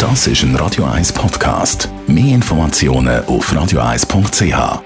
Das ist ein Radio 1 Podcast. Mehr Informationen auf radio1.ch.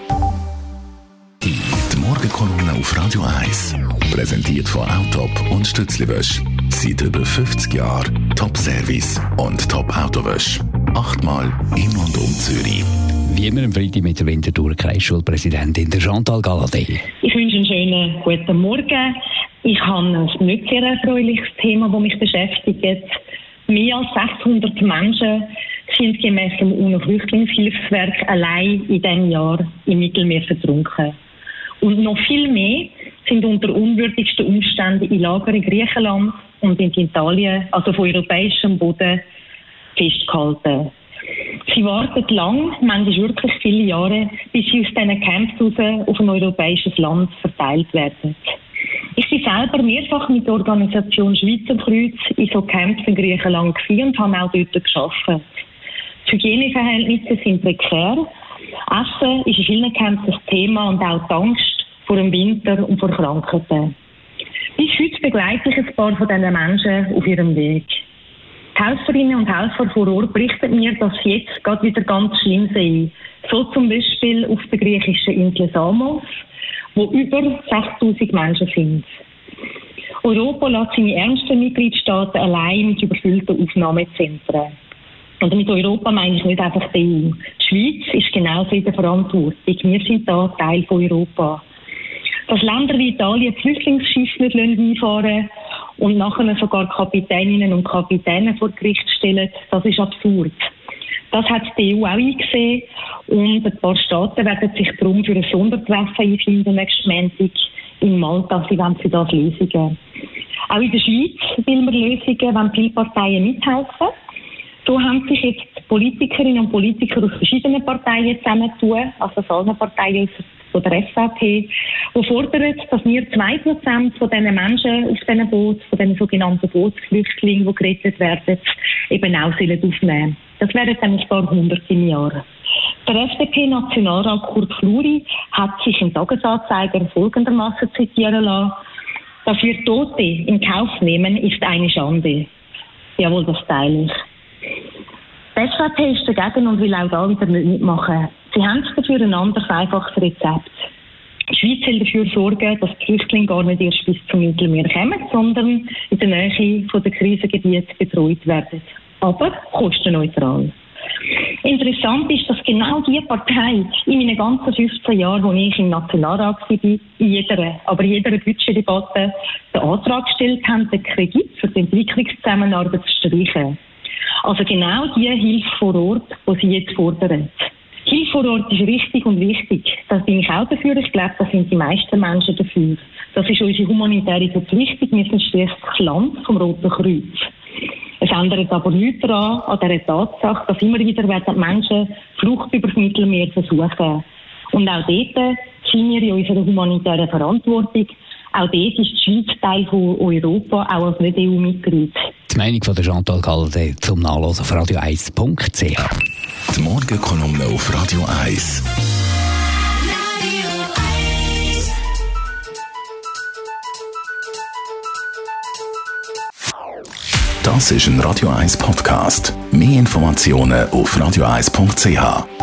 Die Morgenkolumne auf Radio 1. Präsentiert von Autop und Stützliwösch. Seit über 50 Jahren Top-Service und Top-Autowösch. 8-mal in und um Zürich. Wie immer am Freitag mit der Winterthur Kreisschulpräsidentin Chantal Galladay. Ich wünsche einen schönen guten Morgen. Ich habe ein nicht sehr erfreuliches Thema, das mich beschäftigt. Mehr als 600 Menschen sind gemäss dem UNO-Flüchtlingshilfswerk allein in diesem Jahr im Mittelmeer versunken. Und noch viel mehr sind unter unwürdigsten Umständen in Lagern in Griechenland und in Italien, also auf europäischem Boden, festgehalten. Sie warten lang, manchmal wirklich viele Jahre, bis sie aus diesen Camps raus auf ein europäisches Land verteilt werden. Ich bin selber mehrfach mit der Organisation Schweizer Kreuz in so Camps in Griechenland und habe auch dort gearbeitet. Die Hygieneverhältnisse sind prekär. Essen ist in vielen Camps ein Thema und auch die Angst vor dem Winter und vor Krankheiten. Bis heute begleite ich ein paar von diesen Menschen auf ihrem Weg. Die Helferinnen und Helfer vor Ort berichten mir, dass sie jetzt gerade wieder ganz schlimm sei. So zum Beispiel auf der griechischen Insel Samos, wo über 6'000 Menschen sind. Europa lässt seine ärmsten Mitgliedstaaten allein mit überfüllten Aufnahmezentren. Und mit Europa meine ich nicht einfach die EU. Die Schweiz ist genauso in der Verantwortung. Wir sind da Teil von Europa. Dass Länder wie Italien Flüchtlingsschiffe nicht einfahren und nachher sogar Kapitäninnen und Kapitäne vor Gericht stellen, das ist absurd. Das hat die EU auch eingesehen und ein paar Staaten werden sich darum für ein Sondertreffen einfinden nächsten Montag in Malta. Sie wollen für das Lösungen. Auch in der Schweiz will man Lösungen, wenn viele Parteien mithelfen. So haben sich jetzt Politikerinnen und Politiker aus verschiedenen Parteien zusammentun, also aus allen Parteien von der SVP, die fordern, dass wir 2% von diesen Menschen auf diesen Booten, von diesen sogenannten Bootsflüchtlingen, die gerettet werden, eben auch aufnehmen sollen. Das wären dann ein paar hundert im Jahr. Der FDP-Nationalrat Kurt Fluri hat sich im Tagesanzeiger folgendermaßen zitieren lassen: Dafür Tote in Kauf nehmen, ist eine Schande. Jawohl, das teile ich. Die SVP ist dagegen und will auch da wieder nicht mitmachen. Sie haben dafür ein anderes, einfaches Rezept. Die Schweiz will dafür sorgen, dass die Flüchtlinge gar nicht erst bis zum Mittelmeer kommen, sondern in der Nähe der Krisengebiete betreut werden. Aber kostenneutral. Interessant ist, dass genau diese Partei in meinen ganzen 15 Jahren, wo ich im Nationalrat war, in jeder Budgetdebatte den Antrag gestellt haben, den Kredit für die Entwicklungszusammenarbeit zu streichen. Also genau die Hilfe vor Ort, die sie jetzt fordern. Hilfe vor Ort ist richtig und wichtig. Da bin ich auch dafür. Ich glaube, da sind die meisten Menschen dafür. Das ist unsere humanitäre Verpflichtung. Wir sind schließlich das Land vom Roten Kreuz. Es ändert aber nichts daran, an dieser Tatsache, dass immer wieder werden Menschen Flucht über das Mittelmeer versuchen. Und auch dort sind wir in unserer humanitären Verantwortung. Auch dort ist die Schweiz Teil von Europa, auch als Nicht-EU-Mitglied. Die Meinung von der Chantal Galladay zum Nachlesen auf radio1.ch. Die Morgenkolumne auf Radio 1. Das ist ein Radio 1 Podcast. Mehr Informationen auf radio1.ch.